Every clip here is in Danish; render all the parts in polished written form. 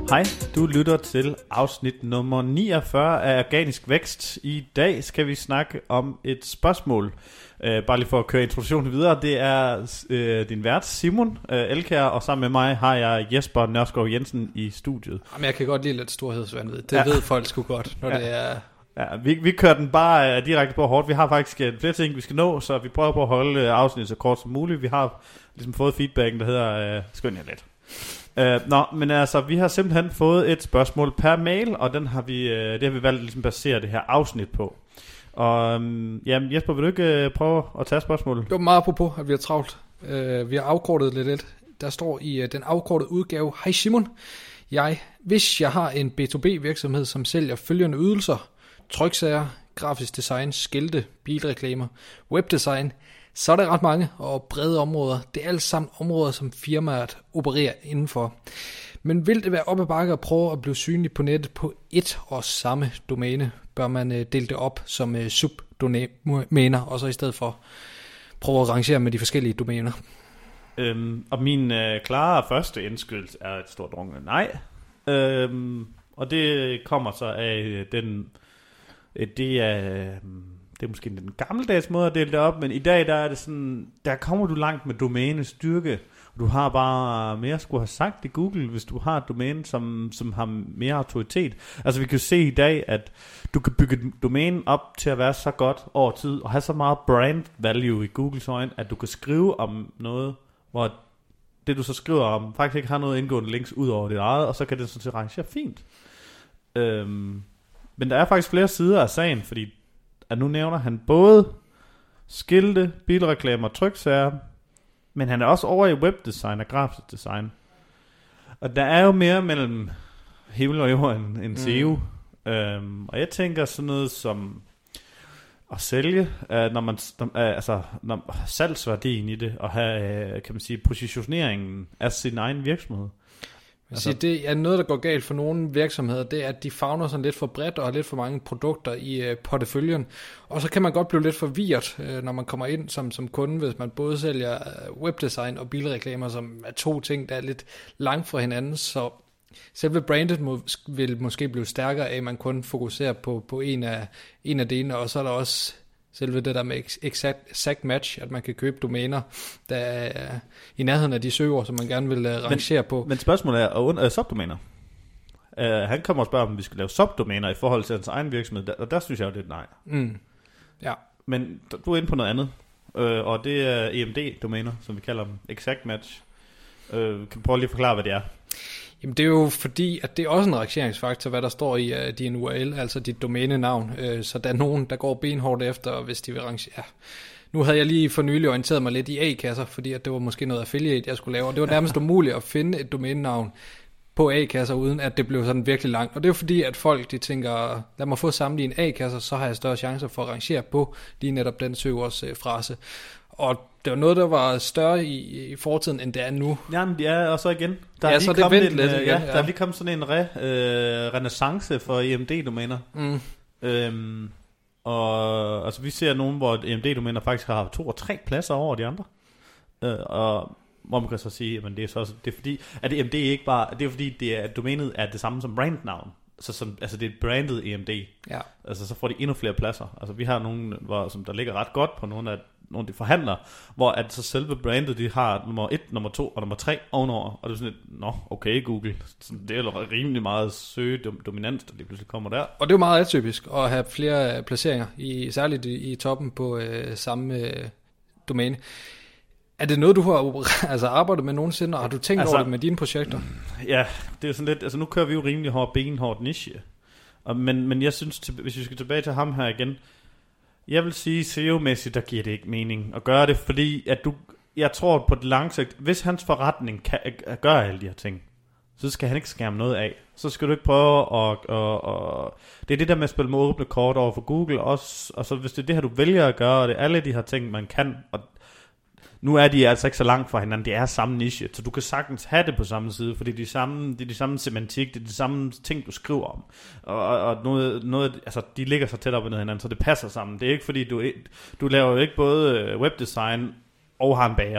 Hej, du lytter til afsnit nummer 49 af Organisk Vækst. I dag skal vi snakke om et spørgsmål. Bare lige for at køre introduktionen videre. Det er din vært Simon Elkjær, og sammen med mig har jeg Jesper Nørskov Jensen i studiet. Jamen, jeg kan godt lide lidt storhedsvanvid. Det ved folk sgu godt, når det er... Ja, vi kører den bare direkte på hårdt. Vi har faktisk flere ting, vi skal nå, så vi prøver på at holde afsnittet så kort som muligt. Vi har ligesom fået feedbacken, der hedder skynd jer lidt. Men altså, vi har simpelthen fået et spørgsmål per mail, og det har vi valgt ligesom basere det her afsnit på. Og jamen Jesper, vil du ikke prøve at tage spørgsmålet? Jo, meget apropos, at vi har travlt. Vi har afkortet lidt. Der står i den afkortede udgave: Hej Simon, hvis jeg har en B2B virksomhed, som sælger følgende ydelser: tryksager, grafisk design, skilte, bilreklamer, webdesign, så er der ret mange og brede områder. Det er alle sammen områder, som firmaet opererer indenfor. Men vil det være op ad bakke at prøve at blive synlig på nettet på et og samme domæne, bør man dele det op som subdomæner, og så i stedet for prøve at rangere med de forskellige domæner. Og min klare første indskydelse er et stort runge nej. Og det kommer så af det er måske den gammeldags måde at dele det op, men i dag der er det sådan, der kommer du langt med domænes styrke. Du har bare mere skulle have sagt i Google, hvis du har et domæne, som har mere autoritet. Altså vi kan jo se i dag, at du kan bygge domænen op til at være så godt over tid, og have så meget brand value i Googles øjne, at du kan skrive om noget, hvor det du så skriver om, faktisk ikke har noget indgående links ud over dit eget, og så kan det så rangere fint. Men der er faktisk flere sider af sagen, fordi at nu nævner han både skilte, bilreklamer og tryksager, men han er også over i webdesign og grafisk design. Og der er jo mere mellem himmel og jord end SEO. Og jeg tænker sådan noget som at sælge, når salgsværdien i det, og have, kan man sige, positioneringen af sin egen virksomhed. Altså, det er noget, der går galt for nogle virksomheder, det er, at de favner sådan lidt for bredt og har lidt for mange produkter i porteføljen. Og så kan man godt blive lidt forvirret, når man kommer ind som kunde, hvis man både sælger webdesign og bilreklamer, som er to ting, der er lidt langt fra hinanden. Så selve brandet vil måske blive stærkere af, at man kun fokuserer på en af delene, og så er der også selve det der med exact match, at man kan købe domæner, der er i nærheden af de søgeord, som man gerne vil rangere på. Men spørgsmålet er subdomæner. Han kommer og spørger, om vi skal lave subdomæner i forhold til hans egen virksomhed, og der synes jeg jo, det er nej. Ja. Men du er inde på noget andet, og det er EMD-domæner, som vi kalder dem, exact match. Kan du prøve lige at forklare, hvad det er? Jamen det er jo fordi, at det er også en rangeringsfaktor, hvad der står i din URL, altså dit domænenavn. Så der er nogen, der går benhårdt efter, hvis de vil rangere. Ja. Nu havde jeg lige for nylig orienteret mig lidt i A-kasser, fordi at det var måske noget affiliate, jeg skulle lave. Og det var nærmest umuligt at finde et domænenavn på A-kasser, uden at det blev sådan virkelig langt. Og det er jo fordi, at folk de tænker, lad mig få sammenlignet A-kasser, så har jeg større chancer for at rangere på lige netop den søgeordsfrase. Og det var noget, der var større i fortiden, end det er nu. Jamen, ja, og så igen. Der er lige kommet sådan en renaissance for EMD-domæner. Og altså, vi ser nogen, hvor EMD-domæner faktisk har 2 og 3 pladser over de andre. Og hvor man kan så sige, at det er fordi, at EMD ikke bare, det er fordi, domænet er det samme som brandnavn. Altså det er et branded EMD. Ja. Altså så får de endnu flere pladser. Altså vi har nogen, som der ligger ret godt på nogle af de forhandlere, hvor at så selve brandet, de har nummer 1, nummer 2 og nummer 3 ovenover, og det er sådan lidt, okay Google, det er jo rimelig meget søgedominans, der lige pludselig kommer der. Og det er jo meget atypisk at have flere placeringer, særligt i toppen på samme domæne. Er det noget, du har arbejdet med nogensinde, og har du tænkt over det med dine projekter? Ja, det er sådan lidt, altså nu kører vi jo rimelig benhårdt niche, men jeg synes, hvis vi skal tilbage til ham her igen, jeg vil sige, SEO-mæssigt, der giver det ikke mening at gøre det, fordi at jeg tror på det lange sigt, hvis hans forretning kan gøre alle de her ting, så skal han ikke skærme noget af. Så skal du ikke prøve at det er det der med at spille med åbne kort over for Google også, og så hvis det er det her, du vælger at gøre, og det er alle de her ting, man kan, og nu er de altså ikke så langt fra hinanden, det er samme niche, så du kan sagtens have det på samme side, fordi det er de samme semantik, det er de samme ting, du skriver om, og noget, altså de ligger så tæt op ad hinanden, så det passer sammen. Det er ikke fordi, du laver jo ikke både webdesign og har en bager.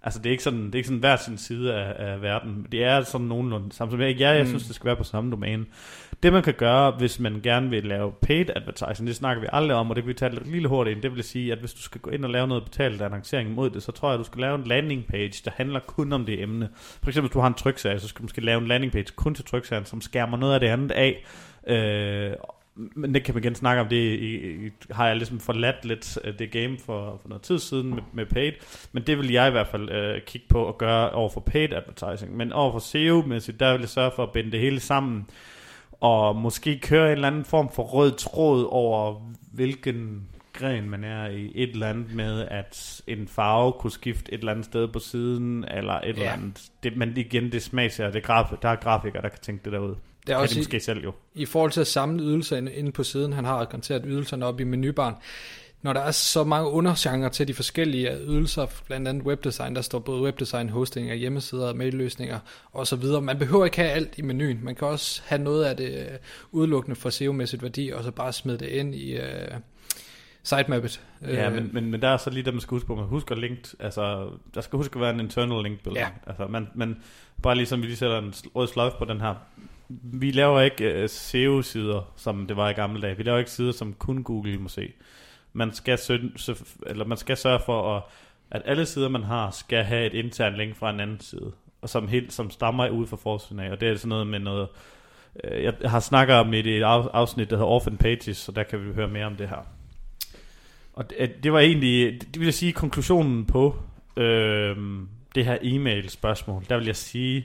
Altså det er ikke sådan hver sin side af verden. Det er sådan nogenlunde samme. Jeg synes, det skal være på samme domæne. Det man kan gøre, hvis man gerne vil lave paid advertising, det snakker vi aldrig om, og det vil vi tage lidt lille hurtigt ind. Det vil sige, at hvis du skal gå ind og lave noget betalt annoncering mod det, så tror jeg, at du skal lave en landing page, der handler kun om det emne. For eksempel, hvis du har en trykserie, så skal du måske lave en landing page kun til trykserien, som skærmer noget af det andet af. Men det kan man igen snakke om. Det har jeg ligesom forladt lidt det game for noget tid siden med paid. Men det vil jeg i hvert fald kigge på og gøre over for paid advertising. Men over for SEO-mæssigt, der vil jeg sørge for at binde det hele sammen. Og måske køre en eller anden form for rød tråd over, hvilken gren man er i. Et eller andet med, at en farve kunne skifte et eller andet sted på siden, eller et eller andet. Men igen, det smager, der er grafikere, der kan tænke det derud. Det er også måske selv jo. I forhold til at samle ydelser inde på siden, han har garanteret ydelserne op i menubaren. Når der er så mange undergenrer til de forskellige ydelser, blandt andet webdesign, der står både webdesign, hosting af hjemmesider, mailløsninger osv. Man behøver ikke have alt i menuen. Man kan også have noget af det udelukkende for SEO-mæssigt værdi, og så bare smide det ind i sitemappet. Ja, men der er så lige der, man skal huske på, man husker linked. Altså, der skal huske at være en internal link building. Ja. Altså, man bare ligesom vi lige sætter en rød sløjfe på den her. Vi laver ikke SEO-sider, som det var i gamle dage. Vi laver ikke sider, som kun Google må se. Man skal sørge for, at alle sider, man har, skal have et internt link fra en anden side, og som stammer ud fra forsiden af. Og det er sådan noget med noget... Jeg har snakket om et afsnit, der hedder Orphan Pages, så der kan vi høre mere om det her. Og det var egentlig... Det vil jeg sige, konklusionen på det her e-mail-spørgsmål. Der vil jeg sige...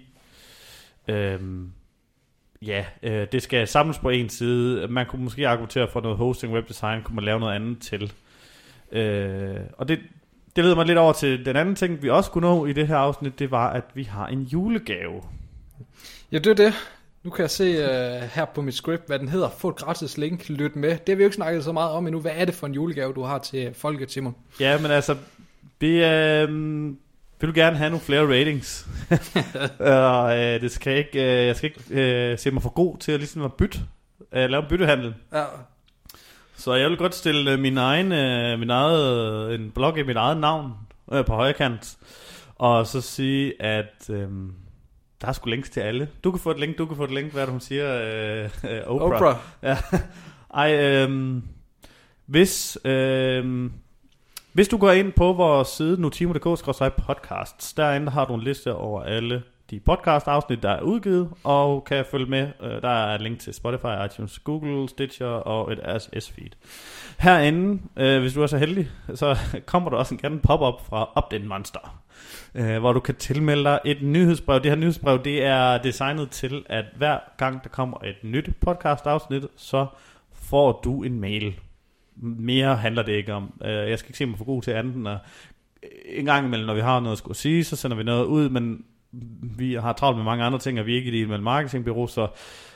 det skal samles på en side. Man kunne måske argumentere for noget hosting, webdesign, kunne man lave noget andet til. Og det leder mig lidt over til den anden ting, vi også kunne nå i det her afsnit. Det var, at vi har en julegave. Ja, det er det. Nu kan jeg se her på mit script, hvad den hedder. Få et gratis link, lyt med. Det har vi jo ikke snakket så meget om endnu. Hvad er det for en julegave, du har til folket, Simon? Ja, men altså, vil du gerne have nogle flere ratings? Det skal ikke, jeg skal ikke se mig for god til at ligesom at lave en byttehandel. Ja. Så jeg vil godt stille en blog i mit eget navn på højrekant, og så sige, at der er sgu links til alle. Du kan få et link, hvad er det, hun siger? Oprah. Ja. Hvis du går ind på vores side notimo.dk/podcasts, derinde har du en liste over alle de podcast-afsnit, der er udgivet, og kan følge med. Der er et link til Spotify, iTunes, Google, Stitcher og et RSS-feed. Herinde, hvis du er så heldig, så kommer der også en pop-up fra Update Monster, hvor du kan tilmelde dig et nyhedsbrev. Det her nyhedsbrev, det er designet til, at hver gang der kommer et nyt podcast-afsnit, så får du en mail. Mere handler det ikke om. Jeg skal ikke se mig for god til anden. En gang imellem, når vi har noget at skulle sige, så sender vi noget ud, men vi har travlt med mange andre ting, og vi er ikke i det med marketingbureau, så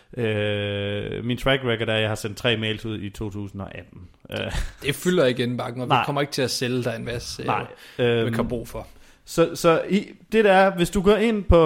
min track record er, at jeg har sendt 3 mails ud i 2018. Det fylder ikke indbakken, og vi kommer ikke til at sælge dig en masse, vi kan bruge for. Så det der er, hvis du går ind på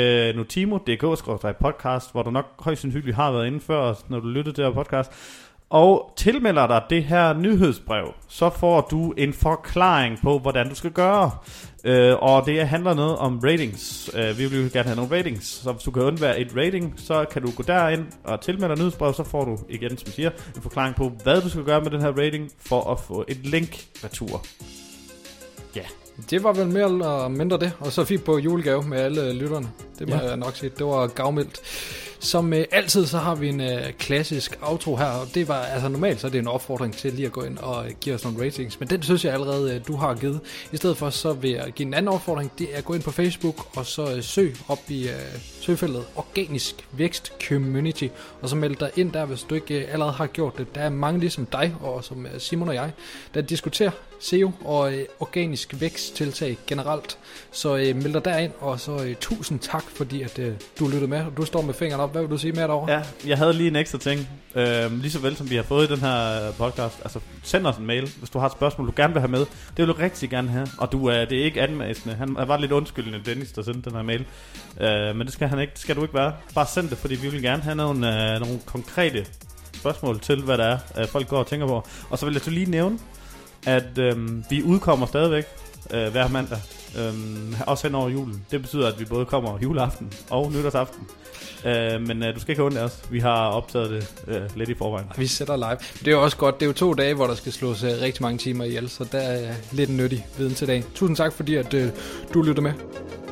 notimo.dk/podcast, hvor du nok højst sandsynligt har været inde før, når du lyttede til det her podcast, og tilmelder dig det her nyhedsbrev, så får du en forklaring på, hvordan du skal gøre. Og det handler noget om ratings. Vi vil jo gerne have nogle ratings, så hvis du kan undvære et rating, så kan du gå derind og tilmelde dig nyhedsbrev, så får du igen, som siger, en forklaring på, hvad du skal gøre med den her rating, for at få et link retur. Ja. Det var vel mere eller mindre det, og så fik på julegave med alle lytterne. Det må jeg nok sige, det var gavmildt. Som altid, så har vi en klassisk outro her, og det var, altså normalt, så er det en opfordring til lige at gå ind og give os nogle ratings, men den synes jeg allerede, du har givet. I stedet for, så vil jeg give en anden opfordring, det er at gå ind på Facebook, og så søg op i søgefeltet Organisk Vækst Community, og så meld dig ind der, hvis du ikke allerede har gjort det. Der er mange ligesom dig, og som Simon og jeg, der diskuterer SEO og organisk væksttiltag generelt. Så meld dig derind, og så tusind tak, fordi at du lyttede med, og du står med fingeren op. Hvad vil du sige mere derovre? Ja, jeg havde lige en ekstra ting. Lige så vel som vi har fået i den her podcast. Altså, send os en mail, hvis du har et spørgsmål, du gerne vil have med. Det vil du rigtig gerne have. Og det er ikke anmæsende. Han var lidt undskyldende, Dennis, der sendte den her mail. Men det skal han ikke. Det skal du ikke være. Bare send det, fordi vi vil gerne have nogle konkrete spørgsmål til, hvad der er, folk går og tænker på. Og så vil jeg så lige nævne, at vi udkommer stadigvæk hver mandag. Også hen over julen. Det betyder, at vi både kommer juleaften og nytårsaften. Men du skal ikke have ondt af os. Vi har optaget det lidt i forvejen. Vi sætter live. Det er jo også godt. Det er jo 2 dage, hvor der skal slås rigtig mange timer ihjel. Så der er lidt nyttig viden til dag. Tusind tak, fordi at du lytter med.